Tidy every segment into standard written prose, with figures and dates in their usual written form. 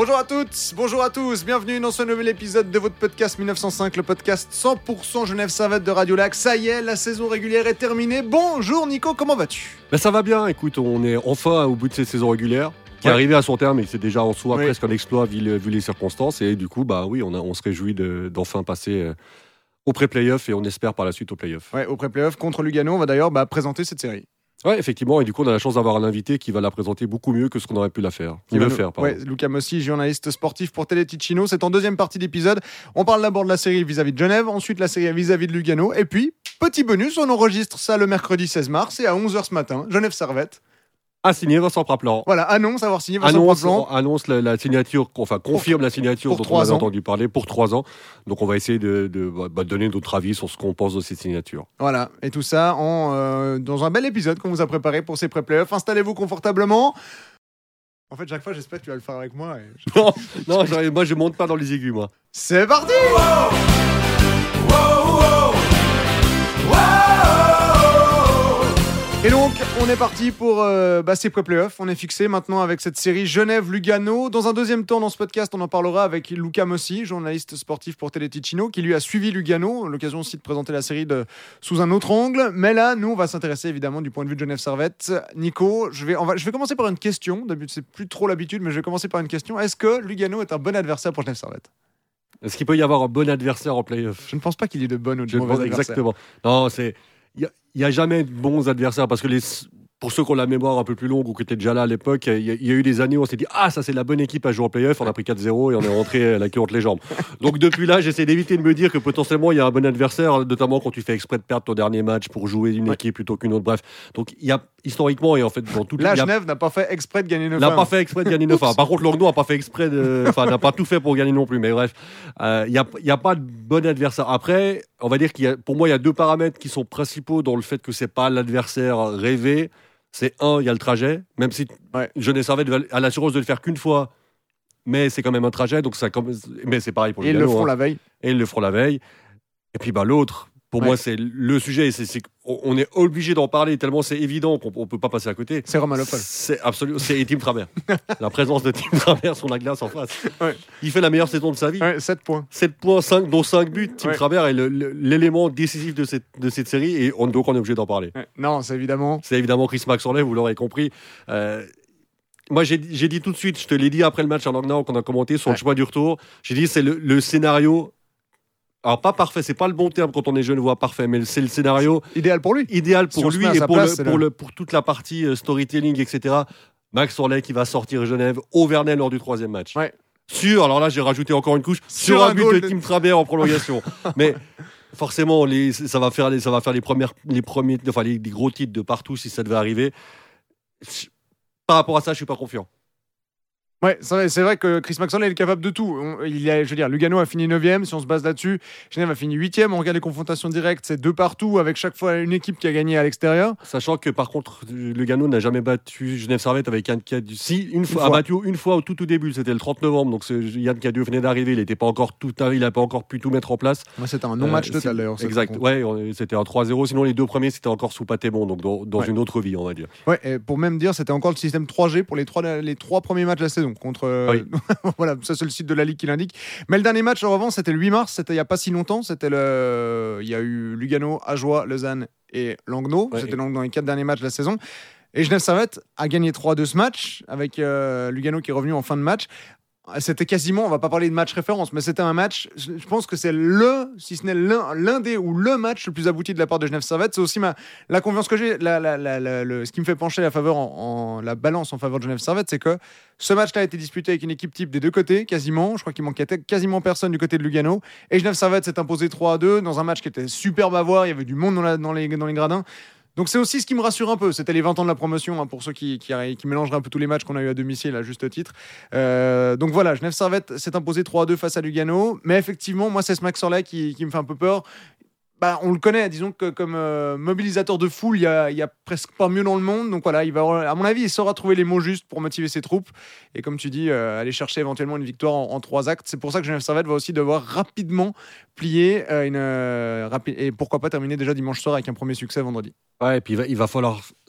Bonjour à toutes, bonjour à tous, bienvenue dans ce nouvel épisode de votre podcast 1905, le podcast 100% Genève Servette de Radio Lac. Ça y est, la saison régulière est terminée. Bonjour Nico, comment vas-tu ? Ça va bien, écoute, on est enfin au bout de cette saison régulière, qui est arrivée à son terme et c'est déjà en soi presque un exploit vu les circonstances. Et du coup, on se réjouit d'enfin passer au pré-playoff et on espère par la suite au playoff. Ouais, au pré-playoff contre Lugano, on va d'ailleurs présenter cette série. Ouais, effectivement, et du coup, on a la chance d'avoir un invité qui va la présenter beaucoup mieux que ce qu'on aurait pu la faire. Luca Mossi, journaliste sportif pour Télé Ticino. C'est en deuxième partie d'épisode. On parle d'abord de la série vis-à-vis de Genève, ensuite la série vis-à-vis de Lugano, et puis, petit bonus, on enregistre ça le mercredi 16 mars, et à 11h ce matin, Genève Servette. A signé Vincent Praplan. Voilà, annonce avoir signé Vincent Praplan. Annonce la signature, confirme la signature dont on avait entendu parler pour 3 ans. Donc on va essayer de donner notre avis sur ce qu'on pense de cette signature. Voilà, et tout ça dans un bel épisode qu'on vous a préparé pour ces pré-playoffs. Installez-vous confortablement. En fait, chaque fois, j'espère que tu vas le faire avec moi. Non, moi je monte pas dans les aigus, moi. C'est parti. Et donc, on est parti pour ces pré-playoffs. On est fixé maintenant avec cette série Genève-Lugano. Dans un deuxième temps, dans ce podcast, on en parlera avec Luca Mossi, journaliste sportif pour Télé Ticino, qui lui a suivi Lugano. L'occasion aussi de présenter la série sous un autre angle. Mais là, nous, on va s'intéresser évidemment du point de vue de Genève Servette. Nico, je vais commencer par une question. D'habitude, c'est plus trop l'habitude, mais je vais commencer par une question. Est-ce que Lugano est un bon adversaire pour Genève Servette ? Est-ce qu'il peut y avoir un bon adversaire en play-off ? Je ne pense pas qu'il y ait de bon ou de mauvais adversaires. Exactement. Non, il n'y a jamais de bons adversaires parce que pour ceux qui ont la mémoire un peu plus longue ou qui étaient déjà là à l'époque, il y a eu des années où on s'est dit « Ah, ça c'est la bonne équipe à jouer en play-off », on a pris 4-0 et on est rentré la queue entre les jambes. Donc depuis là, j'essaie d'éviter de me dire que potentiellement il y a un bon adversaire, notamment quand tu fais exprès de perdre ton dernier match pour jouer une équipe plutôt qu'une autre. Bref, donc il y a historiquement et en fait dans toute Genève n'a pas fait exprès de gagner 9-1. N'a pas fait exprès de gagner 9-1. Par contre, Langnau n'a pas fait exprès n'a pas tout fait pour gagner non plus. Mais bref, il y a pas de bon adversaire. Après, on va dire pour moi, il y a 2 paramètres qui sont principaux dans le fait que c'est pas l'adversaire rêvé. C'est il y a le trajet, même si Genève Servette a l'assurance de le faire qu'une fois, mais c'est quand même un trajet, donc mais c'est pareil pour les Lugano. Et ils le feront la veille. Et ils le feront la veille. Et puis l'autre, pour moi, c'est le sujet, c'est qu'on est obligé d'en parler tellement c'est évident qu'on ne peut pas passer à côté. C'est Romain Lefol. C'est absolument, c'est Tim Travers. La présence de Tim Travers sur la glace en face. Ouais. Il fait la meilleure saison de sa vie. 7 points. 7 points, 5, dont 5 buts. Tim Travers est l'élément décisif de cette série et donc on est obligé d'en parler. Non, c'est évidemment Chris Maxorley, vous l'aurez compris. Moi, j'ai dit tout de suite, je te l'ai dit après le match à Langnau qu'on a commenté sur le chemin du retour, j'ai dit c'est le scénario. Alors pas parfait, c'est pas le bon terme quand on est genevois parfait, mais c'est le scénario idéal pour lui. Idéal pour lui et pour toute la partie storytelling, etc. Max Orley qui va sortir Genève au Vernet lors du 3e match. Ouais. Alors là j'ai rajouté encore une couche, sur un but de Tim Travers en prolongation. Mais forcément, ça va faire les gros titres de partout si ça devait arriver. Par rapport à ça, je suis pas confiant. Ouais, c'est vrai que Chris Maxwell est capable de tout. Lugano a fini 9e, si on se base là-dessus. Genève a fini 8e. On regarde les confrontations directes, c'est 2 partout, avec chaque fois une équipe qui a gagné à l'extérieur. Sachant que par contre, Lugano n'a jamais battu Genève Servette avec Yann Cadieux. Si, une fois. A battu une fois au tout début, c'était le 30 novembre. Donc Yann Cadieux venait d'arriver, il n'a pas encore pu tout mettre en place. Ouais, c'était un non-match total d'ailleurs. Exact, c'était un 3-0. Sinon, les 2 premiers, c'était encore sous Patémon, donc dans une autre vie, on va dire. Ouais, et pour même dire, c'était encore le système 3G pour les 3 premiers matchs de la saison. Voilà, ça c'est le site de la Ligue qui l'indique. Mais le dernier match en revanche, c'était le 8 mars, c'était il n'y a pas si longtemps. Il y a eu Lugano, Ajoie, Lausanne et Langnau. C'était dans les 4 derniers matchs de la saison. Et Genève Servette a gagné 3-2 ce match, avec Lugano qui est revenu en fin de match. C'était quasiment, on va pas parler de match référence, mais c'était un match, je pense que c'est si ce n'est l'un des ou le match le plus abouti de la part de Genève Servette. C'est aussi la confiance que j'ai, ce qui me fait pencher la faveur la balance en faveur de Genève Servette, c'est que ce match-là a été disputé avec une équipe type des 2 côtés, quasiment. Je crois qu'il manquait quasiment personne du côté de Lugano. Et Genève Servette s'est imposé 3-2 dans un match qui était superbe à voir. Il y avait du monde dans les gradins. Donc c'est aussi ce qui me rassure un peu. C'était les 20 ans de la promotion, pour ceux qui mélangeraient un peu tous les matchs qu'on a eu à domicile à juste titre. Donc voilà, Genève Servette s'est imposé 3-2 face à Lugano. Mais effectivement, moi c'est ce Max Orley qui me fait un peu peur. On le connaît, disons que comme mobilisateur de foule, il y a presque pas mieux dans le monde. Donc voilà, à mon avis, il saura trouver les mots justes pour motiver ses troupes. Et comme tu dis, aller chercher éventuellement une victoire en 3 actes. C'est pour ça que Genève Servette va aussi devoir rapidement plier et pourquoi pas terminer déjà dimanche soir avec un premier succès vendredi. Ouais, et puis il va falloir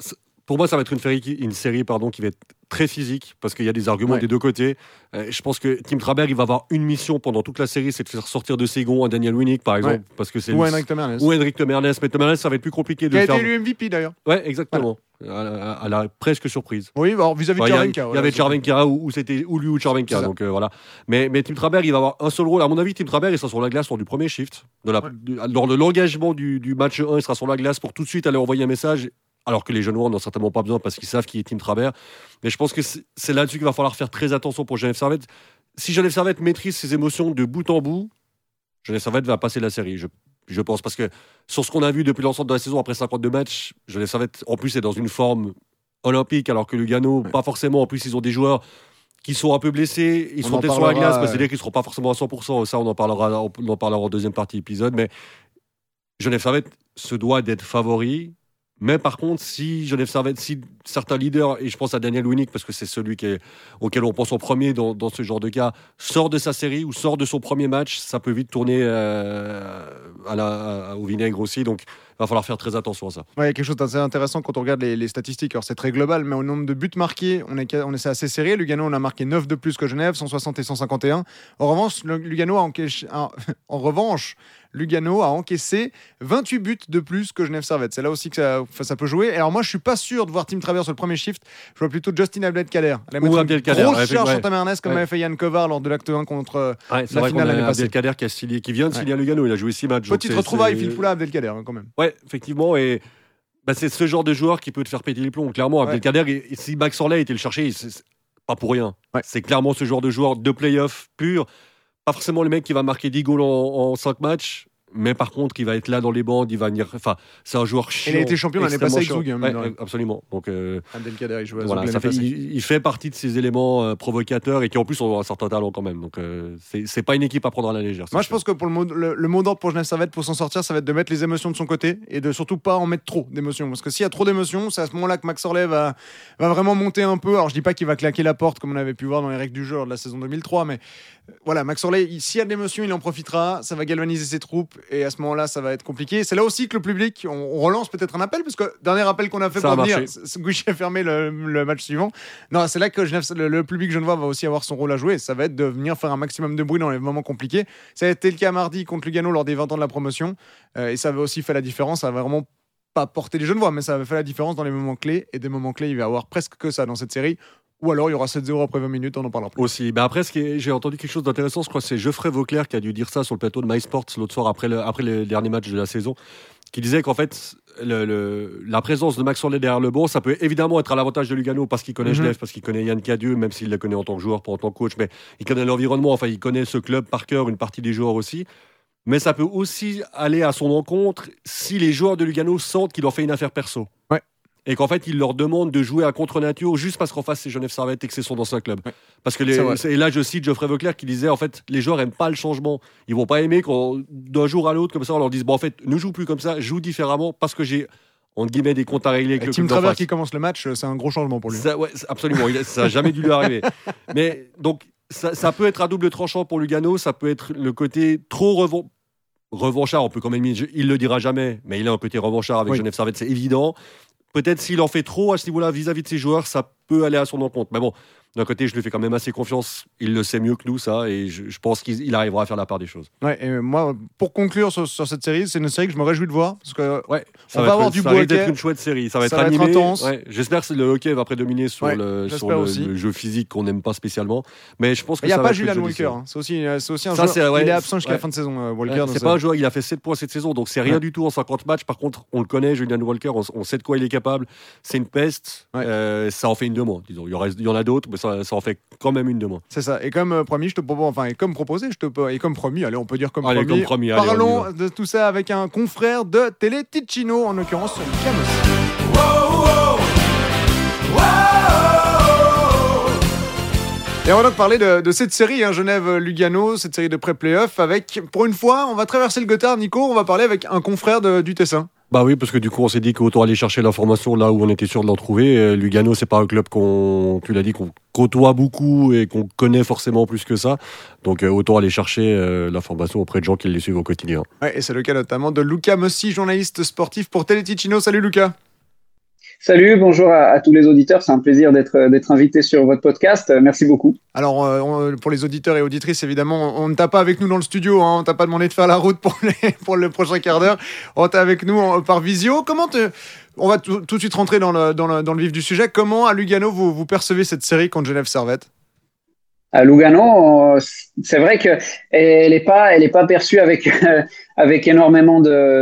pour moi, ça va être une série qui va être très physique parce qu'il y a des arguments des deux côtés. Je pense que Tim Traber, il va avoir une mission pendant toute la série, c'est de faire sortir de Ségon un Daniel Winnick, par exemple, parce que c'est ou Henrik Temernes. Mais Temernes, ça va être plus compliqué de faire. Qui a été élu MVP d'ailleurs. Ouais, exactement. À la presque surprise. Oui, alors vis-à-vis de Cervenka. Il y avait Cervenka ou c'était ou lui ou Cervenka. Donc voilà. Mais Tim Traber, il va avoir un seul rôle. À mon avis, Tim Traber, il sera sur la glace lors du premier shift. Lors de l'engagement du match 1, il sera sur la glace pour tout de suite aller envoyer un message. Alors que les jeunes n'en ont certainement pas besoin parce qu'ils savent qui est Tim Traber. Mais je pense que c'est là-dessus qu'il va falloir faire très attention pour Genève Servette. Si Genève Servette maîtrise ses émotions de bout en bout, Genève Servette va passer la série. Je pense, parce que sur ce qu'on a vu depuis l'ensemble de la saison, après 52 matchs, Genève Servette, en plus, est dans une forme olympique, alors que Lugano, pas forcément. En plus, ils ont des joueurs qui sont un peu blessés. Ils seront peut-être sur la glace, c'est-à-dire qu'ils ne seront pas forcément à 100%. Ça, on en parlera en deuxième partie épisode. Mais Genève Servette se doit d'être favori. Mais par contre, si certains leaders, et je pense à Daniel Winnick, parce que c'est celui auquel on pense en premier dans ce genre de cas, sort de sa série ou sort de son premier match, ça peut vite tourner au vinaigre aussi. Donc, il va falloir faire très attention à ça. Ouais, il y a quelque chose d'assez intéressant quand on regarde les statistiques. Alors, c'est très global, mais au nombre de buts marqués, c'est assez serré. Lugano, on a marqué 9 de plus que Genève, 160 et 151. En revanche, Lugano a encaissé 28 buts de plus que Genève Servette. C'est là aussi que ça peut jouer. Et alors moi, je suis pas sûr de voir Tim Traver sur le premier shift. Je vois plutôt Justin Abdelkader. Ou Abdelkader. Grosse charge sur Temernes, comme avait fait Yann Kovar lors de l'acte 1 contre la finale l'année passée. Abdelkader qui vient de signer à Lugano. Il a joué 6 matchs. Petite retrouvaille, Phil Poula, Abdelkader quand même. Ouais, effectivement. Et c'est ce genre de joueur qui peut te faire péter les plombs. Clairement, Abdelkader, si Max Orley était le chercher, c'est pas pour rien. C'est clairement ce genre de joueur de play-off pur. Pas forcément le mec qui va marquer 10 goals en 5 matchs. Mais par contre, qui va être là dans les bandes, il va venir. Enfin, c'est un joueur chiant. Il a été champion l'année passée avec Zug. Absolument. Donc, Abdelkader, il joue à Zug. Il fait partie de ces éléments provocateurs et qui en plus ont un certain talent quand même. Donc, c'est pas une équipe à prendre à la légère. Moi, je pense que pour le mot d'ordre pour Genève Servette, pour s'en sortir, ça va être de mettre les émotions de son côté et de surtout pas en mettre trop d'émotions. Parce que s'il y a trop d'émotions, c'est à ce moment-là que Max Orley va vraiment monter un peu. Alors, je dis pas qu'il va claquer la porte comme on avait pu voir dans les règles du jeu de la saison 2003, mais voilà, Max Orley, s'il y a de l'émotion, il en profitera. Ça va galvaniser ses troupes et à ce moment-là, ça va être compliqué. C'est là aussi que le public, on relance peut-être un appel, parce que dernier appel qu'on a fait pour venir, ce guichet fermé le match suivant. Non, c'est là que le public genevois va aussi avoir son rôle à jouer. Ça va être de venir faire un maximum de bruit dans les moments compliqués. Ça a été le cas mardi contre Lugano lors des 20 ans de la promotion. Et ça avait aussi fait la différence. Ça va vraiment pas porter les Genevois, mais ça avait fait la différence dans les moments clés. Et des moments clés, il va y avoir presque que ça dans cette série. Ou alors il y aura 7-0 après 20 minutes, on n'en parlera plus. Aussi. Après, j'ai entendu quelque chose d'intéressant, je crois que c'est Geoffrey Vauclair qui a dû dire ça sur le plateau de MySports l'autre soir après le dernier match de la saison, qui disait qu'en fait, la présence de Max Orley derrière le banc, ça peut évidemment être à l'avantage de Lugano parce qu'il connaît Genève, parce qu'il connaît Yann Cadieux, même s'il le connaît en tant que joueur, pas en tant que coach, mais il connaît l'environnement, enfin il connaît ce club par cœur, une partie des joueurs aussi. Mais ça peut aussi aller à son encontre si les joueurs de Lugano sentent qu'il en fait une affaire perso. Ouais. Et qu'en fait, il leur demande de jouer à contre-nature juste parce qu'en face, c'est Genève Servette et que c'est son ancien club. Ouais. Parce que et là, je cite Geoffrey Vauclair qui disait en fait, les joueurs n'aiment pas le changement. Ils vont pas aimer quand d'un jour à l'autre, comme ça, on leur dise bon, en fait, ne joue plus comme ça, joue différemment parce que j'ai, entre guillemets, des comptes à régler avec le club. Tim Traver qui commence le match, c'est un gros changement pour lui. Absolument, ça n'a jamais dû lui arriver. Mais donc, ça peut être à double tranchant pour Lugano, ça peut être le côté trop revanchard, on peut quand même, il le dira jamais, mais il a un côté revanchard avec Genève Servette, c'est évident. Peut-être s'il en fait trop à ce niveau-là vis-à-vis de ses joueurs, ça peut aller à son encontre. Mais bon, d'un côté, je lui fais quand même assez confiance. Il le sait mieux que nous, ça, et je pense qu'il arrivera à faire la part des choses. Ouais, et moi, pour conclure sur cette série, c'est une série que je me réjouis de voir, parce que ça va avoir du beau hockey. Ça va être une chouette série. Ça va être animé. Intense. Ouais, j'espère que le hockey va prédominer sur le jeu physique qu'on n'aime pas spécialement. Mais je pense que il n'y a pas Julian Walker. C'est aussi un joueur. Il est absent jusqu'à la fin de saison. Walker. C'est pas un joueur. Il a fait 7 points cette saison, donc c'est rien du tout en 50 matchs. Par contre, on le connaît, Julian Walker. On sait de quoi il est capable. C'est une peste. Ça en fait une de moins. Disons, il y en a d'autres, mais ça en fait quand même une de moins. C'est ça. Et comme promis, et comme promis, allez, on peut dire comme promis. Parlons de tout ça avec un confrère de Télé Ticino, en l'occurrence sur Lucas Mossy. Et on va donc parler de cette série, Genève-Lugano, cette série de pré-playoff, avec, pour une fois, on va traverser le Gothard, Nico, on va parler avec un confrère du Tessin. Bah oui, parce que du coup, on s'est dit qu'autant aller chercher l'information là où on était sûr de l'en trouver. Lugano, c'est pas un club qu'on côtoie beaucoup et qu'on connaît forcément plus que ça. Donc, autant aller chercher l'information auprès de gens qui les suivent au quotidien. Ouais, et c'est le cas notamment de Lucas Mossy, journaliste sportif pour Télé Ticino. Salut Lucas. Salut, bonjour à tous les auditeurs. C'est un plaisir d'être invité sur votre podcast. Merci beaucoup. Alors, pour les auditeurs et auditrices, évidemment, on ne t'a pas avec nous dans le studio. On t'a pas demandé de faire la route pour le prochain quart d'heure. On t'a avec nous par visio. On va tout de suite rentrer dans le vif du sujet. Comment, à Lugano, vous percevez cette série contre Genève Servette? À Lugano, c'est vrai que elle est pas perçue avec avec énormément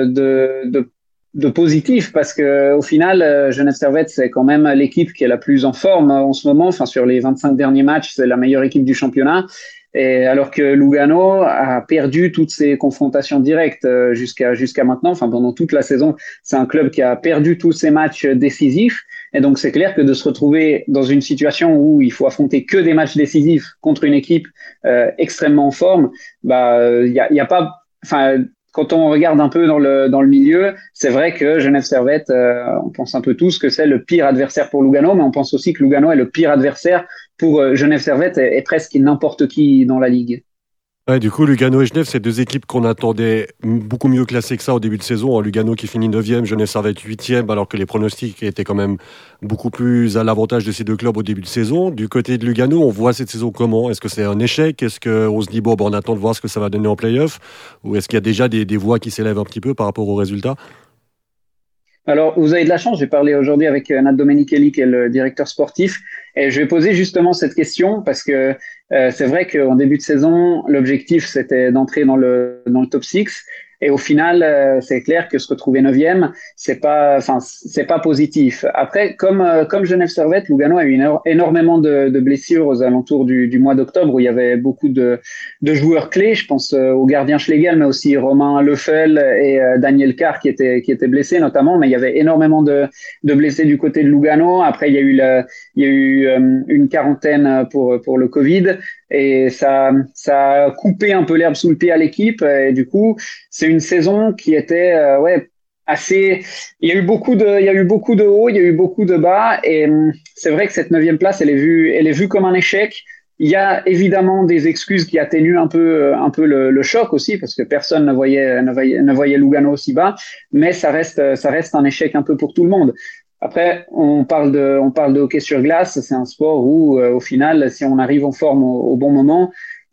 de positif parce que au final, Genève Servette, c'est quand même l'équipe qui est la plus en forme en ce moment. Enfin, sur les 25 derniers matchs, c'est la meilleure équipe du championnat. Et alors que Lugano a perdu toutes ses confrontations directes jusqu'à maintenant, enfin pendant toute la saison, c'est un club qui a perdu tous ses matchs décisifs. Et donc c'est clair que de se retrouver dans une situation où il faut affronter que des matchs décisifs contre une équipe extrêmement en forme, y a pas, enfin quand on regarde un peu dans le milieu, c'est vrai que Genève Servette, on pense un peu tous que c'est le pire adversaire pour Lugano, mais on pense aussi que Lugano est le pire adversaire pour Genève Servette et presque n'importe qui dans la ligue. Ouais, du coup, Lugano et Genève, c'est deux équipes qu'on attendait beaucoup mieux classées que ça au début de saison. Lugano qui finit 9e, Genève Servette 8e, alors que les pronostics étaient quand même beaucoup plus à l'avantage de ces deux clubs au début de saison. Du côté de Lugano, on voit cette saison comment? Est-ce que c'est un échec? Est-ce qu'on se dit, on attend de voir ce que ça va donner en play-off? Ou est-ce qu'il y a déjà des voix qui s'élèvent un petit peu par rapport aux résultats? Alors, vous avez de la chance, j'ai parlé aujourd'hui avec Nat Domenichelli, qui est le directeur sportif, et je vais poser justement cette question parce que c'est vrai qu'en début de saison, l'objectif, c'était d'entrer dans le top 6, et au final, c'est clair que se retrouver 9e, c'est pas positif. Après, comme Genève Servette, Lugano a eu énormément de blessures aux alentours du mois d'octobre, où il y avait beaucoup de joueurs clés. Je pense au gardien Schlegel, mais aussi Romain Leffel et Daniel Carr qui étaient blessés notamment. Mais il y avait énormément de blessés du côté de Lugano. Après, il y a eu une quarantaine pour le Covid, et ça a coupé un peu l'herbe sous le pied à l'équipe. Et du coup, c'est une saison qui était assez. Il y a eu beaucoup de hauts, il y a eu beaucoup de bas, et c'est vrai que cette 9e place, elle est vue comme un échec. Il y a évidemment des excuses qui atténuent un peu le choc aussi, parce que personne ne voyait Lugano aussi bas, mais ça reste un échec un peu pour tout le monde. Après, on parle de hockey sur glace. C'est un sport où, au final, si on arrive en forme au bon moment,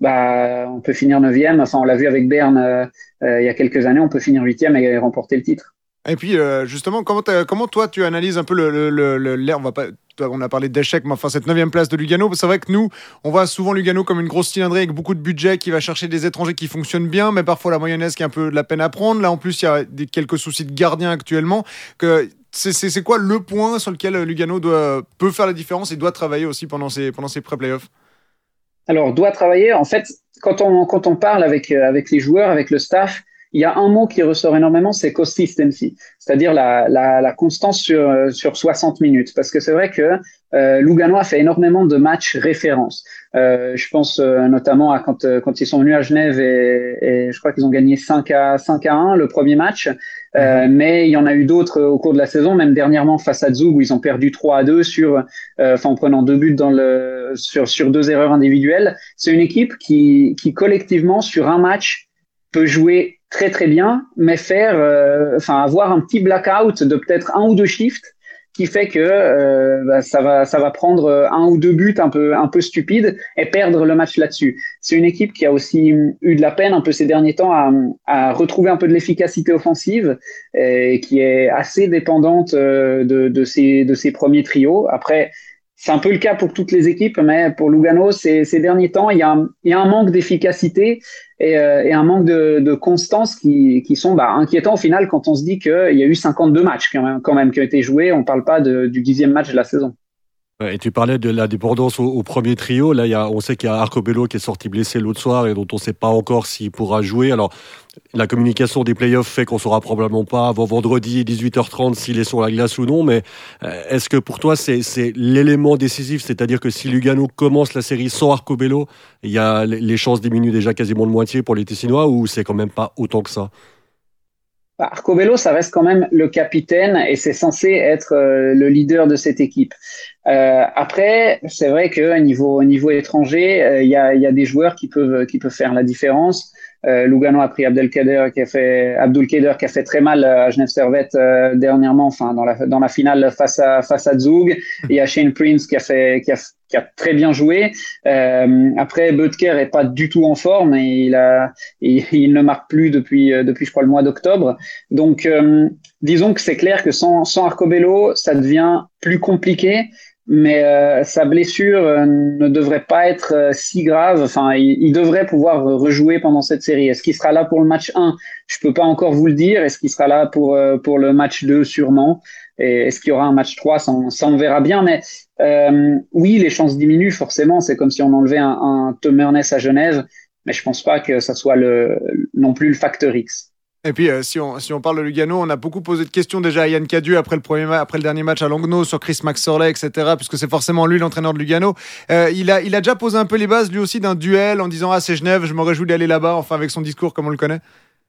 on peut finir 9e. Enfin, on l'a vu avec Berne il y a quelques années, on peut finir 8e et remporter le titre. Et puis, justement, comment toi, tu analyses un peu l'air, on a parlé d'échec, mais enfin, cette 9e place de Lugano, c'est vrai que nous, on voit souvent Lugano comme une grosse cylindrée avec beaucoup de budget qui va chercher des étrangers qui fonctionnent bien, mais parfois la mayonnaise qui a un peu de la peine à prendre. Là, en plus, il y a quelques soucis de gardien actuellement. C'est quoi le point sur lequel Lugano peut faire la différence et doit travailler aussi pendant ses pré-playoffs? Alors, doit travailler, en fait, quand on parle avec les joueurs, avec le staff, il y a un mot qui ressort énormément, c'est consistency, c'est-à-dire la constance sur 60 minutes. Parce que c'est vrai que Lugano a fait énormément de matchs références. Je pense notamment à quand ils sont venus à Genève et je crois qu'ils ont gagné 5-1 le premier match. Mais il y en a eu d'autres au cours de la saison, même dernièrement face à Zug où ils ont perdu 3-2 en prenant 2 buts sur 2 erreurs individuelles. C'est une équipe qui collectivement sur un match peut jouer très très bien, mais avoir un petit blackout de peut-être 1 ou 2 shifts qui fait que ça va prendre 1 ou 2 buts un peu stupides et perdre le match là-dessus. C'est une équipe qui a aussi eu de la peine un peu ces derniers temps à retrouver un peu de l'efficacité offensive et qui est assez dépendante de ses premiers trios. Après, c'est un peu le cas pour toutes les équipes, mais pour Lugano, ces derniers temps, il y a un manque d'efficacité et un manque de constance qui sont inquiétants au final quand on se dit qu'il y a eu 52 matchs quand même qui ont été joués. On ne parle pas du 10e match de la saison. Et tu parlais de la dépendance au premier trio. Là, on sait qu'il y a Arcobello qui est sorti blessé l'autre soir et dont on ne sait pas encore s'il pourra jouer. Alors, la communication des playoffs fait qu'on ne saura probablement pas avant vendredi 18h30 s'il est sur la glace ou non. Mais est-ce que pour toi, c'est l'élément décisif? C'est-à-dire que si Lugano commence la série sans Arcobello, les chances diminuent déjà quasiment de moitié pour les Tessinois, ou c'est quand même pas autant que ça? Arcobello, ça reste quand même le capitaine et c'est censé être le leader de cette équipe. Après, c'est vrai qu'au niveau étranger, il y a des joueurs qui peuvent faire la différence. Lugano a pris Abdelkader qui a fait très mal à Genève Servette dernièrement, enfin dans la finale face à Zug. Il y a Shane Prince qui a très bien joué. Après, Butker est pas du tout en forme et il ne marque plus depuis je crois le mois d'octobre. Donc disons que c'est clair que sans Arcobello, ça devient plus compliqué. Mais sa blessure ne devrait pas être si grave. Enfin, il devrait pouvoir rejouer pendant cette série. Est-ce qu'il sera là pour le match 1? Je peux pas encore vous le dire. Est-ce qu'il sera là pour le match 2? Sûrement. Et est-ce qu'il y aura un match 3? Ça on verra bien. Mais oui, les chances diminuent forcément. C'est comme si on enlevait un Tom Ernest à Genève. Mais je pense pas que ça soit non plus le facteur X. Et puis, si on parle de Lugano, on a beaucoup posé de questions déjà à Yann Cadieux après le dernier match à Langnau sur Chris Maxorley, etc., puisque c'est forcément lui l'entraîneur de Lugano. Il a déjà posé un peu les bases, lui aussi, d'un duel en disant « Ah, c'est Genève, je me réjouis d'aller là-bas », enfin, avec son discours comme on le connaît.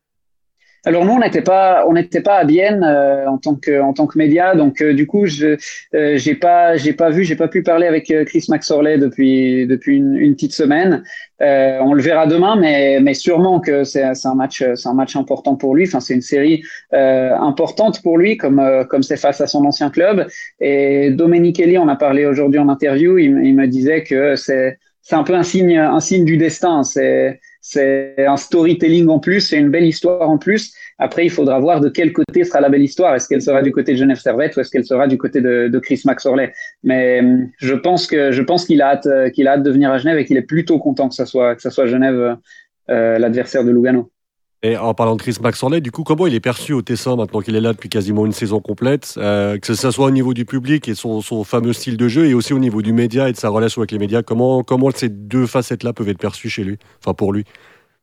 Alors nous on n'était pas à Bienne en tant que média, donc du coup j'ai pas pu parler avec Chris Maxorley depuis une petite semaine. On le verra demain, mais sûrement que c'est un match important pour lui. Enfin c'est une série importante pour lui comme c'est face à son ancien club. Et Domenichelli, on a parlé aujourd'hui en interview, il me disait que c'est un peu un signe du destin. C'est un storytelling en plus, c'est une belle histoire en plus. Après, il faudra voir de quel côté sera la belle histoire. Est-ce qu'elle sera du côté de Genève Servette ou est-ce qu'elle sera du côté de Chris Maxorley? Mais je pense qu'il a hâte de venir à Genève et qu'il est plutôt content que ça soit Genève l'adversaire de Lugano. Et en parlant de Chris Maxorley, du coup, comment il est perçu au Tessin maintenant qu'il est là depuis quasiment une saison complète, que ce soit au niveau du public et son fameux style de jeu, et aussi au niveau du média et de sa relation avec les médias, comment ces deux facettes-là peuvent être perçues chez lui, enfin pour lui?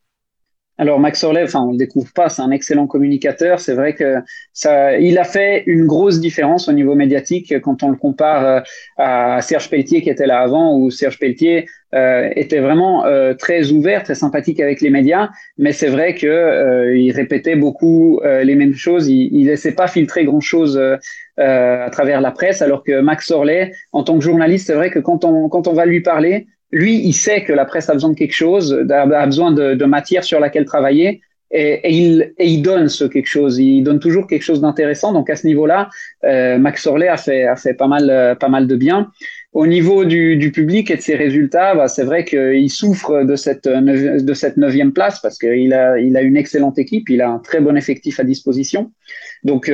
Alors Maxorley, enfin on le découvre pas, c'est un excellent communicateur. C'est vrai que il a fait une grosse différence au niveau médiatique quand on le compare à Serge Pelletier qui était là avant, où Serge Pelletier était vraiment très ouvert, très sympathique avec les médias, mais c'est vrai que il répétait beaucoup les mêmes choses. Il laissait pas filtrer grand chose à travers la presse, alors que Maxorley, en tant que journaliste, c'est vrai que quand on va lui parler, lui, il sait que la presse a besoin de quelque chose, a besoin de matière sur laquelle travailler, et il donne ce quelque chose. Il donne toujours quelque chose d'intéressant. Donc à ce niveau-là, Maxorley a fait pas mal de bien. Au niveau du public et de ses résultats, c'est vrai qu'il souffre de cette 9e place parce qu'il a une excellente équipe, il a un très bon effectif à disposition. Donc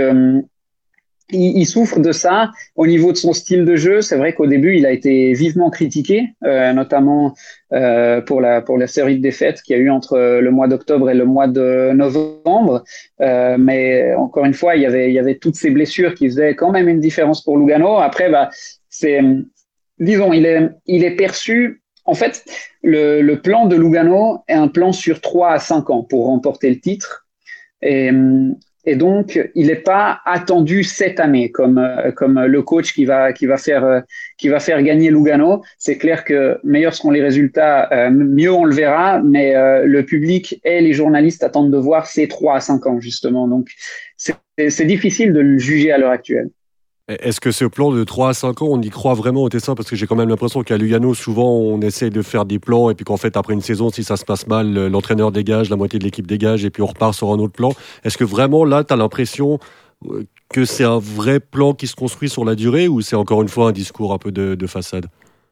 il souffre de ça. Au niveau de son style de jeu, c'est vrai qu'au début, il a été vivement critiqué, notamment pour la série de défaites qu'il y a eu entre le mois d'octobre et le mois de novembre. Mais encore une fois, il y avait toutes ces blessures qui faisaient quand même une différence pour Lugano. Après, disons, il est perçu. En fait, le plan de Lugano est un plan sur 3 à 5 ans pour remporter le titre. Et donc, il n'est pas attendu cette année comme le coach qui va faire gagner Lugano. C'est clair que meilleurs seront les résultats, mieux on le verra, mais le public et les journalistes attendent de voir ces 3 à 5 ans, justement. Donc, c'est difficile de le juger à l'heure actuelle. Est-ce que ce plan de 3 à 5 ans, on y croit vraiment au Tessin? Parce que j'ai quand même l'impression qu'à Lugano, souvent, on essaie de faire des plans et puis qu'en fait, après une saison, si ça se passe mal, l'entraîneur dégage, la moitié de l'équipe dégage et puis on repart sur un autre plan. Est-ce que vraiment, là, tu as l'impression que c'est un vrai plan qui se construit sur la durée ou c'est encore une fois un discours un peu de façade?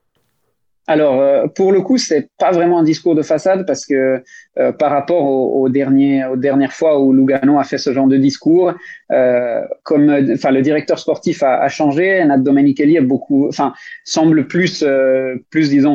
Alors, pour le coup, c'est pas vraiment un discours de façade parce que par rapport aux dernières fois où Lugano a fait ce genre de discours, le directeur sportif a changé, Nat Domenichelli semble plus disons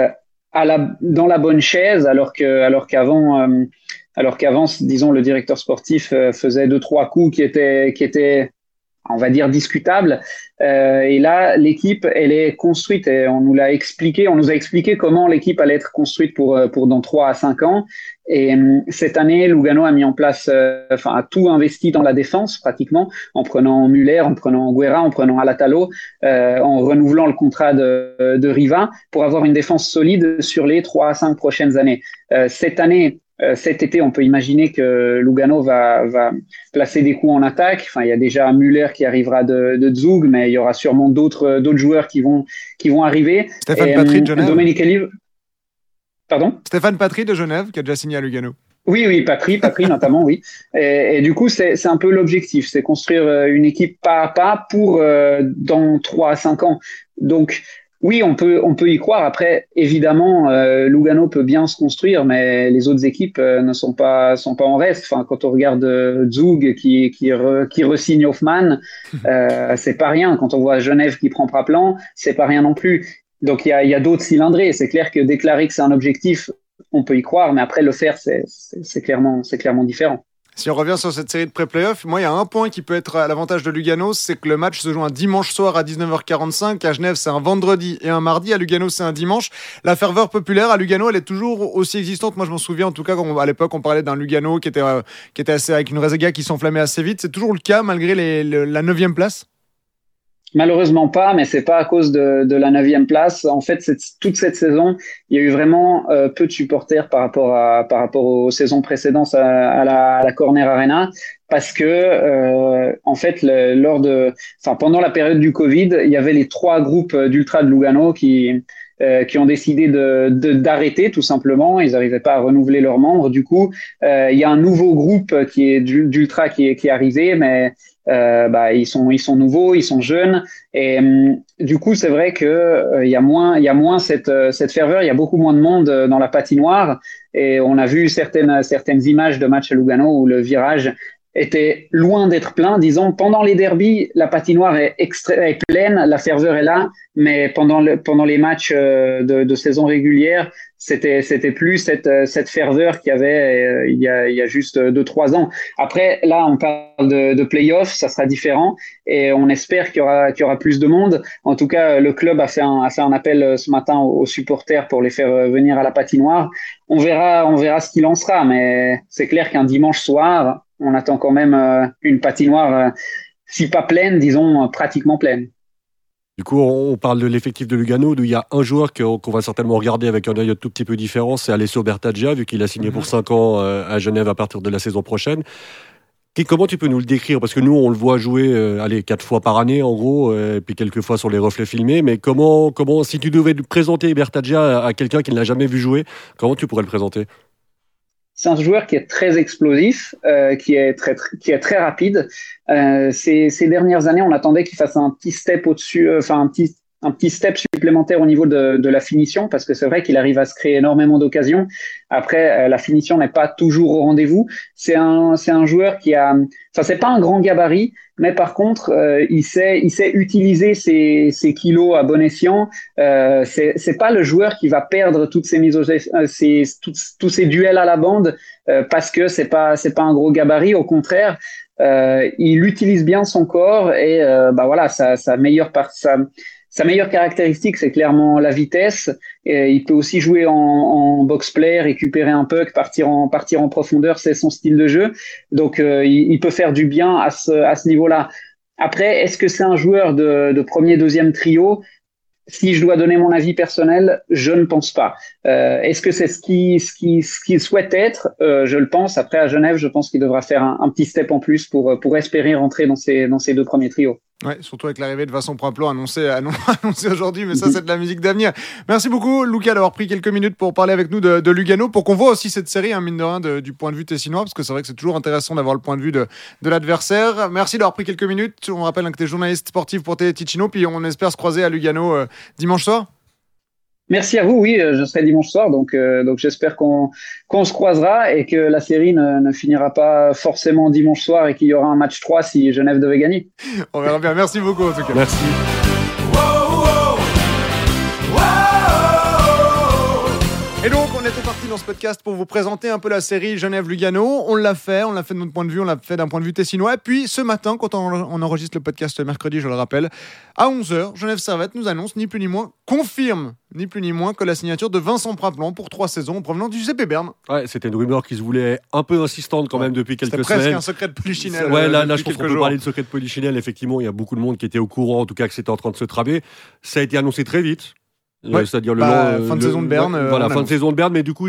dans la bonne chaise, alors qu'avant, disons, le directeur sportif faisait 2-3 coups qui étaient on va dire discutable. Et là, l'équipe, elle est construite et on nous a expliqué comment l'équipe allait être construite pour dans 3 à 5 ans. Et cette année, Lugano a mis en place, a tout investi dans la défense pratiquement, en prenant Muller, en prenant Guerra, en prenant Alatalo, en renouvelant le contrat de Riva pour avoir une défense solide sur les 3 à 5 prochaines années. Cet été, on peut imaginer que Lugano va placer des coups en attaque. Enfin, il y a déjà Muller qui arrivera de Zug, mais il y aura sûrement d'autres joueurs qui vont arriver. Stéphane Patry de Genève. Domenichelli. Pardon ? Stéphane Patry de Genève, qui a déjà signé à Lugano. Oui, Papri notamment, oui. Et du coup, c'est un peu l'objectif, c'est construire une équipe pas à pas pour dans 3 à 5 ans. Donc, oui, on peut y croire. Après, évidemment, Lugano peut bien se construire, mais les autres équipes ne sont pas en reste. Enfin, quand on regarde Zug qui re-signe Hoffmann, c'est pas rien. Quand on voit Genève qui prend Praplan, c'est pas rien non plus. Donc, il y a d'autres cylindrés. C'est clair que déclarer que c'est un objectif, on peut y croire, mais après le faire, c'est clairement différent. Si on revient sur cette série de pré-playoffs, moi, il y a un point qui peut être à l'avantage de Lugano, c'est que le match se joue un dimanche soir à 19h45. À Genève, c'est un vendredi et un mardi. À Lugano, c'est un dimanche. La ferveur populaire à Lugano, elle est toujours aussi existante. Moi, je m'en souviens, en tout cas, à l'époque, on parlait d'un Lugano qui était assez, avec une Reséga qui s'enflammait assez vite. C'est toujours le cas, malgré la 9e place? Malheureusement pas, mais c'est pas à cause de la 9e place. En fait, toute cette saison, il y a eu vraiment peu de supporters par rapport aux saisons précédentes à la Corner Arena, parce que en fait, pendant la période du Covid, il y avait les 3 groupes d'ultra de Lugano qui ont décidé d'arrêter tout simplement. Ils n'arrivaient pas à renouveler leurs membres. Du coup, il y a un nouveau groupe qui est d'ultra qui est arrivé, mais ils sont nouveaux, ils sont jeunes, et du coup c'est vrai que il y a moins cette ferveur, il y a beaucoup moins de monde dans la patinoire, et on a vu certaines images de matchs à Lugano où le virage était loin d'être plein. Disons, pendant les derbies, la patinoire est pleine, la ferveur est là, mais pendant les matchs de saison régulière, c'était plus cette ferveur qu'il y avait il y a juste 2-3 ans. Après, là, on parle de play-off, ça sera différent, et on espère qu'il y aura plus de monde. En tout cas, le club a fait un appel ce matin aux supporters pour les faire venir à la patinoire. On verra ce qu'il en sera, mais c'est clair qu'un dimanche soir, on attend quand même une patinoire, si pas pleine, disons pratiquement pleine. Du coup, on parle de l'effectif de Lugano, où il y a un joueur qu'on va certainement regarder avec un œil un tout petit peu différent, c'est Alessio Bertaggia, vu qu'il a signé pour 5 ans à Genève à partir de la saison prochaine. Comment tu peux nous le décrire? Parce que nous, on le voit jouer 4 fois par année, en gros, et puis quelques fois sur les reflets filmés. Mais comment, si tu devais présenter Bertaggia à quelqu'un qui ne l'a jamais vu jouer, comment tu pourrais le présenter? C'est un joueur qui est très explosif, qui est très rapide. Ces dernières années, on attendait qu'il fasse un petit step au-dessus, un petit step supplémentaire au niveau de la finition, parce que c'est vrai qu'il arrive à se créer énormément d'occasions. Après, la finition n'est pas toujours au rendez-vous. C'est un joueur c'est pas un grand gabarit, mais par contre, il sait utiliser ses kilos à bon escient. C'est pas le joueur qui va perdre toutes ses tous ses duels à la bande, parce que c'est pas un gros gabarit. Au contraire, il utilise bien son corps, et sa meilleure caractéristique, c'est clairement la vitesse. Et il peut aussi jouer en box-play, récupérer un puck, partir en profondeur, c'est son style de jeu. Donc, il peut faire du bien à ce niveau-là. Après, est-ce que c'est un joueur de premier, deuxième trio? Si je dois donner mon avis personnel, je ne pense pas. Est-ce que c'est ce qu'il souhaite être? Je le pense. Après, à Genève, je pense qu'il devra faire un petit step en plus pour espérer rentrer dans ces 2 premiers trios. Ouais, surtout avec l'arrivée de Vincent Praplan annoncé aujourd'hui, mais ça, c'est de la musique d'avenir. Merci beaucoup, Luca, d'avoir pris quelques minutes pour parler avec nous de Lugano, pour qu'on voit aussi cette série, mine de rien, du point de vue tessinois, parce que c'est vrai que c'est toujours intéressant d'avoir le point de vue de l'adversaire. Merci d'avoir pris quelques minutes. On rappelle que tu es journaliste sportif pour Télé Ticino, puis on espère se croiser à Lugano dimanche soir. Merci à vous, oui, je serai dimanche soir, donc j'espère qu'on se croisera, et que la série ne finira pas forcément dimanche soir, et qu'il y aura un match 3 si Genève devait gagner. On verra bien. Merci beaucoup, en tout cas. Merci. Et donc, on était parti dans ce podcast pour vous présenter un peu la série Genève-Lugano. On l'a fait de notre point de vue, on l'a fait d'un point de vue tessinois. Et puis, ce matin, quand on enregistre le podcast mercredi, je le rappelle, à 11h, Genève Servette nous annonce, confirme, ni plus ni moins, que la signature de Vincent Praplan pour 3 saisons en provenance du CP Berne. Ouais, c'était une rumeur qui se voulait un peu insistante quand même depuis quelques semaines. C'était presque un secret de Polichinelle. Ouais, là je pense qu'on peut parler de secret de Polichinelle. Effectivement, il y a beaucoup de monde qui était au courant, en tout cas, que c'était en train de se tramer. Ça a été annoncé très vite. Ouais. C'est-à-dire fin de saison de Berne. Fin de saison de Berne, mais du coup,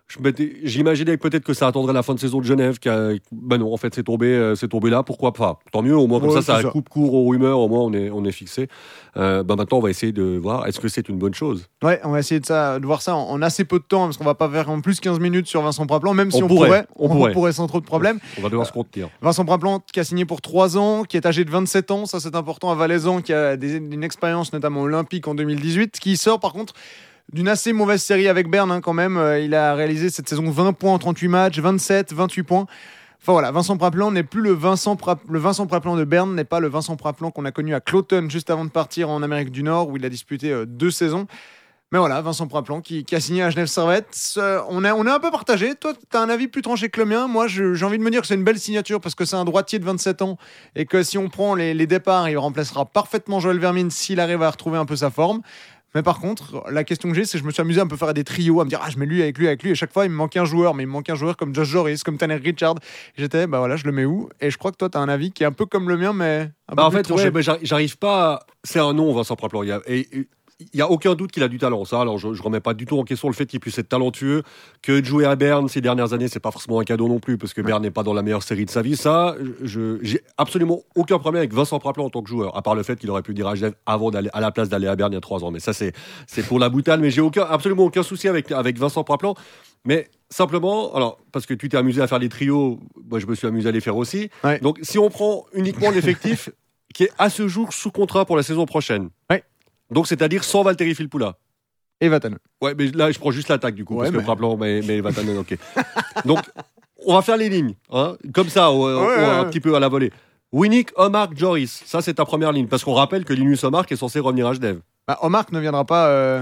J'imaginais peut-être que ça attendrait la fin de saison de Genève. Ben non, en fait, c'est tombé là. Pourquoi pas? Tant mieux, au moins, comme ça coupe court aux rumeurs. Au moins, on est fixé. Maintenant, on va essayer de voir est-ce que c'est une bonne chose. Ouais, on va essayer de voir ça en assez peu de temps, parce qu'on va pas faire en plus 15 minutes sur Vincent Praplan, même si on pourrait sans trop de problèmes. On va devoir se contenir. Vincent Praplan, qui a signé pour 3 ans, qui est âgé de 27 ans, ça c'est important, à Valaisan, qui a une expérience notamment olympique en 2018, qui sort par contre d'une assez mauvaise série avec Berne quand même. Il a réalisé cette saison 20 points en 38 matchs, 27, 28 points. Enfin voilà, Vincent Praplan n'est plus le Vincent Praplan de Berne, n'est pas le Vincent Praplan qu'on a connu à Cloton juste avant de partir en Amérique du Nord, où il a disputé 2 saisons. Mais voilà, Vincent Praplan qui a signé à Genève Servette. On est un peu partagé. Toi, tu as un avis plus tranché que le mien. Moi, j'ai envie de me dire que c'est une belle signature parce que c'est un droitier de 27 ans et que si on prend les départs, il remplacera parfaitement Joël Vermine s'il arrive à retrouver un peu sa forme. Mais par contre, la question que j'ai, c'est que je me suis amusé à un peu faire des trios, à me dire je mets lui. Et chaque fois, il me manquait un joueur, mais il me manquait un joueur comme Josh Joris, comme Tanner Richard. Et j'étais, je le mets où? Et je crois que toi, tu as un avis qui est un peu comme le mien, mais un peu en plus fait, tranché. J'arrive pas. C'est un nom, Vincent Praplan. Il n'y a aucun doute qu'il a du talent. Ça, alors je ne remets pas du tout en question le fait qu'il puisse être talentueux. Que de jouer à Berne ces dernières années, c'est pas forcément un cadeau non plus, parce que Berne n'est pas dans la meilleure série de sa vie. Ça, j'ai absolument aucun problème avec Vincent Praplan en tant que joueur, à part le fait qu'il aurait pu dire à Genève avant à la place d'aller à Berne il y a 3 ans. Mais ça, c'est pour la boutade. Mais j'ai absolument aucun souci avec Vincent Praplan. Mais simplement, alors, parce que tu t'es amusé à faire les trios, moi je me suis amusé à les faire aussi. Ouais. Donc, si on prend uniquement l'effectif qui est à ce jour sous contrat pour la saison prochaine. Ouais. Donc, c'est-à-dire sans Valtteri Filppula. Et Vatanen. Ouais, mais là, je prends juste l'attaque, du coup, parce que Praplan, mais Vatanen, ok. Donc, on va faire les lignes, comme ça, un petit peu à la volée. Winnick, Omark, Joris. Ça, c'est ta première ligne, parce qu'on rappelle que Linus Omark est censé revenir à Genève. Omark ne viendra pas...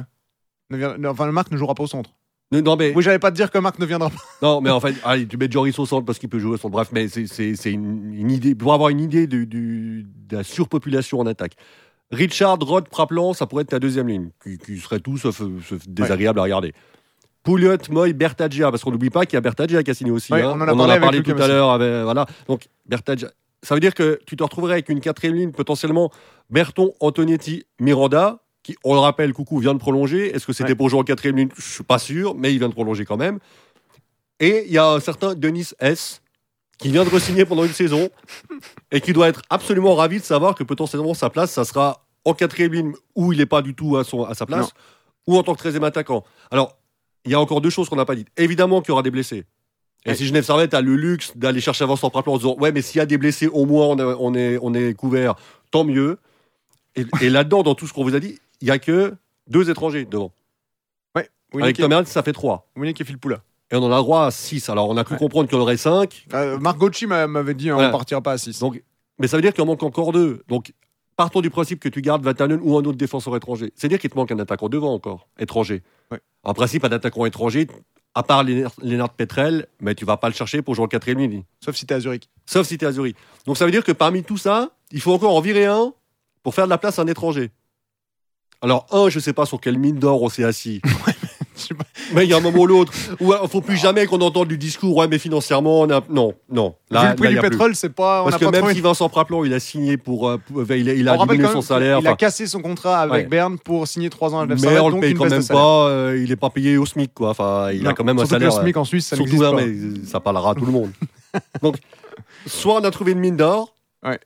Omark ne jouera pas au centre. Non, mais... Oui, j'allais pas te dire que Omark ne viendra pas. Non, mais en fait, allez, tu mets Joris au centre parce qu'il peut jouer au centre. Bref, mais c'est une idée, pour avoir une idée de la surpopulation en attaque. Richard, Rod, Praplan, ça pourrait être ta deuxième ligne, qui serait tout sauf désagréable à regarder. Pouliot, Moy, Bertaggia, parce qu'on n'oublie pas qu'il y a Bertaggia qui a signé aussi. On en a parlé tout à l'heure. Voilà. Donc, Bertaggia. Ça veut dire que tu te retrouverais avec une quatrième ligne, potentiellement Berton, Antonetti, Miranda, qui, on le rappelle, Coucou vient de prolonger. Est-ce que c'était pour jouer en quatrième ligne? Je ne suis pas sûr, mais il vient de prolonger quand même. Et il y a un certain Denis S., qui vient de re-signer pendant une saison et qui doit être absolument ravi de savoir que potentiellement sa place, ça sera en quatrième ligne où il n'est pas du tout à sa place, ou en tant que 13e attaquant. Alors, il y a encore 2 choses qu'on n'a pas dites. Évidemment qu'il y aura des blessés. Et si Genève Servette a le luxe d'aller chercher Vincent Praplan en disant mais s'il y a des blessés, au moins on est couvert, tant mieux. Et là-dedans, dans tout ce qu'on vous a dit, il n'y a que 2 étrangers devant. Ouais, avec Tom Ernst, ça fait 3. Winnick et Filppula. Et on en a droit à 6. Alors, on a cru comprendre qu'il y en aurait 5. Marc Gauchy m'avait dit on ne partira pas à 6. Donc, mais ça veut dire qu'il en manque encore 2. Donc, partons du principe que tu gardes Vatanen ou un autre défenseur étranger. C'est-à-dire qu'il te manque un attaquant devant encore, étranger. Ouais. En principe, un attaquant étranger, à part Lennart Petrel, mais tu ne vas pas le chercher pour jouer en quatrième ligne. Sauf si tu es à Zurich. Donc, ça veut dire que parmi tout ça, il faut encore en virer un pour faire de la place à un étranger. Alors, je ne sais pas sur quelle mine d'or on s'est assis. Mais il y a un moment ou l'autre où il ne faut plus jamais qu'on entende du discours mais financièrement on a... non là, vu le prix du pétrole c'est pas parce que même si Vincent Praplan il a signé pour il a diminué son salaire, il a cassé son contrat avec Berne pour signer 3 ans à Genève mais on le paye quand même pas, il n'est pas payé au SMIC quoi. Enfin il a quand même un salaire le SMIC en Suisse ça n'existe pas mais ça parlera à tout le monde. Donc soit on a trouvé une mine d'or,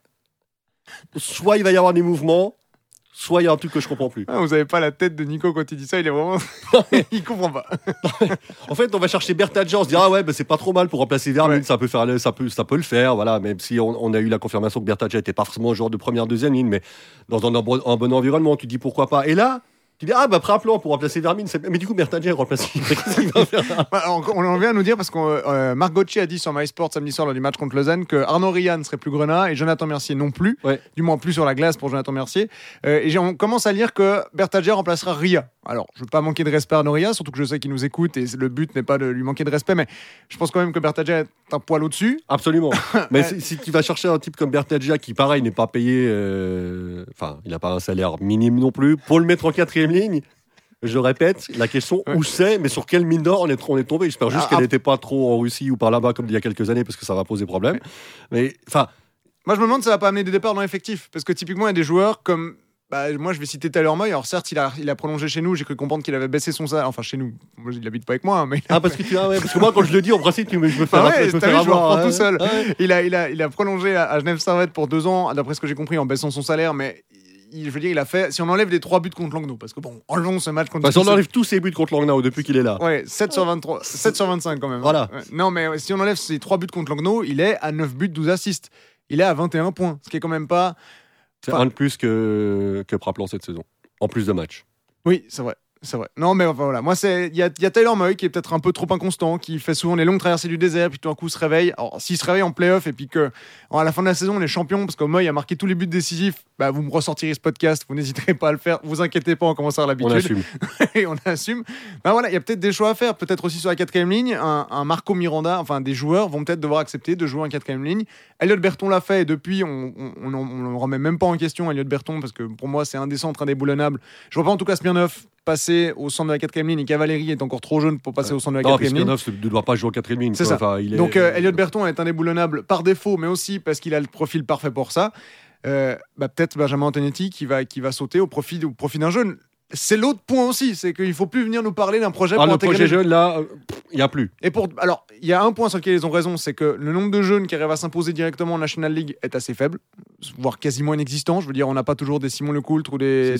soit il va y avoir des mouvements, soit il y a un truc que je comprends plus. Vous avez pas la tête de Nico quand il dit ça, il est vraiment... il comprend pas. En fait, on va chercher Bertaggia, on se dit c'est pas trop mal pour remplacer Vermine, ça peut le faire, voilà, même si on a eu la confirmation que Bertaggia était pas forcément un joueur de première, deuxième ligne, mais dans un bon environnement, tu dis pourquoi pas. Et là, tu dis Praplan pour remplacer Vermine, mais du coup Bertaggia remplace. Qu'est-ce qu'il va faire on en vient à nous dire parce que Marc Gauchy a dit sur MySport samedi soir lors du match contre Lausanne que Arnaud Rian ne serait plus Grenat et Jonathan Mercier non plus, du moins plus sur la glace pour Jonathan Mercier. Et on commence à lire que Bertaggia remplacera Ria. Alors, je ne veux pas manquer de respect à Arnaud Ria, surtout que je sais qu'il nous écoute et le but n'est pas de lui manquer de respect, mais je pense quand même que Bertaggia est un poil au-dessus. Absolument. Mais si tu vas chercher un type comme Bertaggia qui, pareil, n'est pas payé, il n'a pas un salaire minime non plus, pour le mettre en quatrième ligne. Je répète, la question où c'est, mais sur quelle mine d'or on est tombé. J'espère juste qu'elle n'était pas trop en Russie ou par là-bas comme il y a quelques années parce que ça va poser problème. Mais moi je me demande si ça va pas amener des départs dans l'effectif parce que typiquement il y a des joueurs comme moi, je vais citer Tyler Moy. Alors, certes, il a prolongé chez nous. J'ai cru comprendre qu'il avait baissé son salaire. Enfin, chez nous. Moi, il n'habite pas avec moi. Mais parce que moi, quand je le dis, en principe, je me fais je me reprends tout seul. Il a prolongé à Genève Servette pour 2 ans, d'après ce que j'ai compris, en baissant son salaire. Mais je veux dire, il a fait. Si on enlève les 3 buts contre Langnau, parce que bon, enlevons ce match contre. Si on enlève tous ses buts contre Langnau depuis qu'il est là. Ouais, 7 sur 23, 7 sur 25 quand même. Voilà. Ouais. Non, mais si on enlève ces 3 buts contre Langnau, il est à 9 buts, 12 assists. Il est à 21 points, ce qui est quand même pas. C'est un de plus que Praplan cette saison, en plus de matchs. Oui, c'est vrai. Non, mais enfin, voilà. Moi, il y a Tyler Moy qui est peut-être un peu trop inconstant, qui fait souvent les longues traversées du désert, puis tout d'un coup se réveille. Alors, s'il se réveille en play-off et puis qu'à la fin de la saison, on est champion, parce que Moy a marqué tous les buts décisifs, vous me ressortirez ce podcast, vous n'hésiterez pas à le faire. Vous inquiétez pas, on commence à avoir l'habitude. On assume. Et on assume. Voilà, il y a peut-être des choix à faire. Peut-être aussi sur la 4e ligne, un Marco Miranda, enfin, des joueurs vont peut-être devoir accepter de jouer en 4e ligne. Elliot Berton l'a fait et depuis, on ne remet même pas en question Elliot Berton, parce que pour moi, c'est un des centres indéboulonnables. Je vois pas en tout cas Smirnov passer au centre de la 4e ligne, et Cavalieri est encore trop jeune pour passer au centre de la 4e ligne. Smirnov ne doit pas jouer en 4e ligne. C'est ça. Donc Elliot Berton est indéboulonnable par défaut, mais aussi parce qu'il a le profil parfait pour ça. Peut-être Benjamin Antonetti qui va sauter au profit d'un jeune. C'est l'autre point aussi, c'est qu'il ne faut plus venir nous parler d'un projet pour intégrer. Le projet jeune, là, il n'y a plus. Alors, il y a un point sur lequel ils ont raison, c'est que le nombre de jeunes qui arrivent à s'imposer directement en National League est assez faible, voire quasiment inexistant. Je veux dire, on n'a pas toujours des Simon Lecoultre ou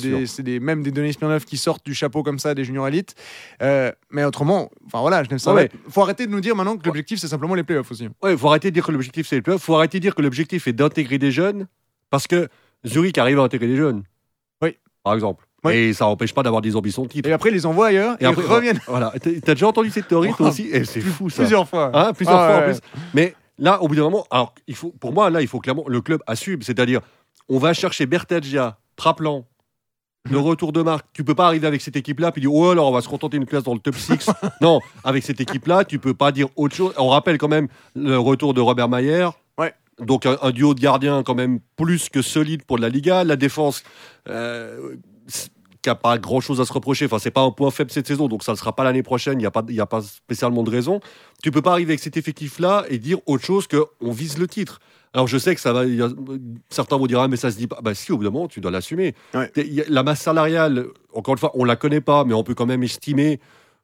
même des Denis Smirnov qui sortent du chapeau comme ça, des juniors élites. Mais autrement, Genève Servette. Il faut arrêter de nous dire maintenant que l'objectif, c'est simplement les playoffs aussi. Ouais, il faut arrêter de dire que l'objectif, c'est les playoffs. Il faut arrêter de dire que l'objectif est d'intégrer des jeunes, parce que Zurich arrive à intégrer des jeunes. Oui. Par exemple. Oui. Et ça n'empêche pas d'avoir des ambitions de titre. Et après, ils les envoient ailleurs et après, ils reviennent. Voilà. T'as déjà entendu cette théorie, toi aussi? C'est fou, ça. Plusieurs fois. Plusieurs fois en plus. Mais là, au bout d'un moment, alors, pour moi, il faut clairement le club assume. C'est-à-dire, on va chercher Bertaggia, Praplan, le retour de marque. Tu peux pas arriver avec cette équipe-là puis dire, oh, alors on va se contenter d'une place dans le top 6. Non, avec cette équipe-là, tu peux pas dire autre chose. On rappelle quand même le retour de Robert Mayer. Ouais. Donc, un duo de gardiens quand même plus que solide pour la Liga. La défense. Qui n'a pas grand chose à se reprocher, enfin c'est pas un point faible cette saison, donc ça ne sera pas l'année prochaine, il n'y a pas spécialement de raison. Tu peux pas arriver avec cet effectif là et dire autre chose qu'on vise le titre. Alors je sais que certains vont dire mais ça se dit pas. Si, au bout d'un moment tu dois l'assumer. Ouais. La masse salariale, encore une fois on la connaît pas, mais on peut quand même estimer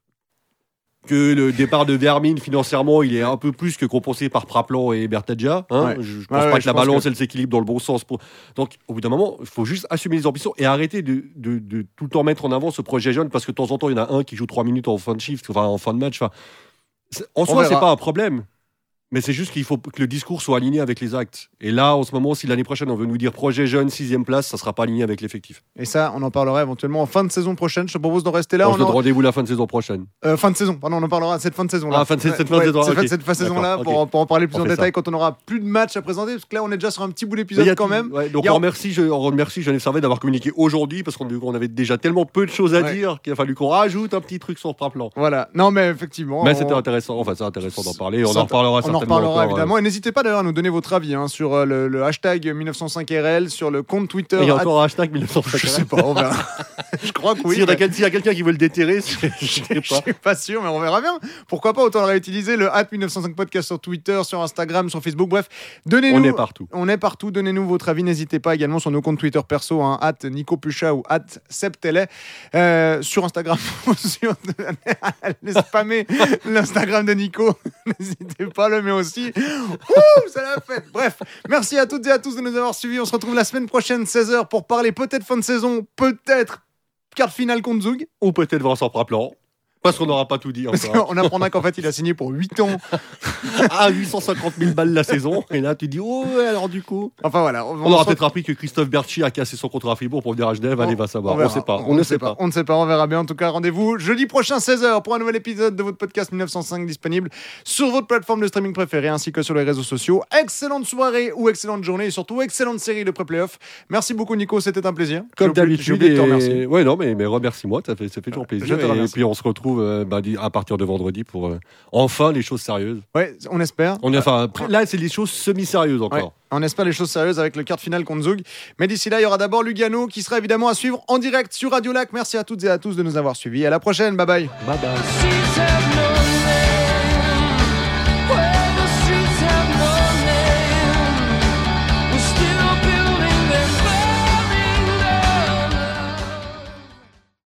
que le départ de Vermin financièrement il est un peu plus que compensé par Praplan et Bertaggia. Je pense pas que la balance elle s'équilibre dans le bon sens. Donc au bout d'un moment il faut juste assumer les ambitions et arrêter de tout le temps mettre en avant ce projet jeune, parce que de temps en temps il y en a un qui joue 3 minutes en fin de shift, en fin de match. En soi c'est pas un problème. Mais c'est juste qu'il faut que le discours soit aligné avec les actes. Et là, en ce moment, si l'année prochaine, on veut nous dire projet jeune, 6e place, ça ne sera pas aligné avec l'effectif. Et ça, on en parlera éventuellement en fin de saison prochaine. Je te propose d'en rester là. On se donne rendez-vous la fin de saison prochaine. Fin de saison, pardon, on en parlera cette fin de saison-là. Cette fin de saison-là, pour en parler plus en détail quand on aura plus de matchs à présenter. Parce que là, on est déjà sur un petit bout d'épisode quand même. Donc on remercie Genève Servette d'avoir communiqué aujourd'hui, parce qu'on avait déjà tellement peu de choses à dire qu'il a fallu qu'on rajoute un petit truc sur Praplan. Voilà. Non, mais effectivement. Mais c'était intéressant. Enfin, c'est intéressant d'en parler. On en reparlera certainement. On en reparlera évidemment. Et n'hésitez pas d'ailleurs à nous donner votre avis sur le hashtag 1905RL, sur le compte Twitter. Il y a encore un hashtag 1905RL. Je sais pas, on verra. Je crois que oui. S'il y a quelqu'un qui veut le déterrer, je suis pas sûr, mais on verra bien. Pourquoi pas, autant le réutiliser, le @1905podcast sur Twitter, sur Instagram, sur Facebook. Bref, donnez-nous. On est partout. On est partout. Donnez-nous votre avis. N'hésitez pas également sur nos comptes Twitter perso, @NicoPucha ou @Septele. Sur Instagram, allez spammer l'Instagram de Nico. N'hésitez pas, le met aussi. Ça l'a fait. Bref, merci à toutes et à tous de nous avoir suivis. On se retrouve la semaine prochaine, 16h, pour parler peut-être fin de saison, peut-être quart finale contre Zug. Ou peut-être Vincent Praplan. Parce qu'on n'aura pas tout dit encore. On apprendra qu'en fait, il a signé pour 8 ans. 850 000 balles la saison. Et là, tu dis, alors du coup. Enfin voilà. On aura peut-être appris que Christophe Berchi a cassé son contrat à Fribourg pour venir à Genève. Allez, va savoir. On ne sait pas. On ne sait pas. On verra bien. En tout cas, rendez-vous jeudi prochain, 16h, pour un nouvel épisode de votre podcast 1905, disponible sur votre plateforme de streaming préférée ainsi que sur les réseaux sociaux. Excellente soirée ou excellente journée et surtout excellente série de pré-playoff. Merci beaucoup, Nico. C'était un plaisir. Comme d'habitude. J'ai oublié de te remercier. Ouais, non, mais remercie-moi. Ça fait toujours plaisir. Et puis, on se retrouve à partir de vendredi pour enfin les choses sérieuses. Ouais, on espère. Là, c'est les choses semi-sérieuses encore. Ouais, on espère les choses sérieuses avec le quart final contre Zug. Mais d'ici là, il y aura d'abord Lugano qui sera évidemment à suivre en direct sur Radio Lac. Merci à toutes et à tous de nous avoir suivis. À la prochaine. Bye bye. Bye bye.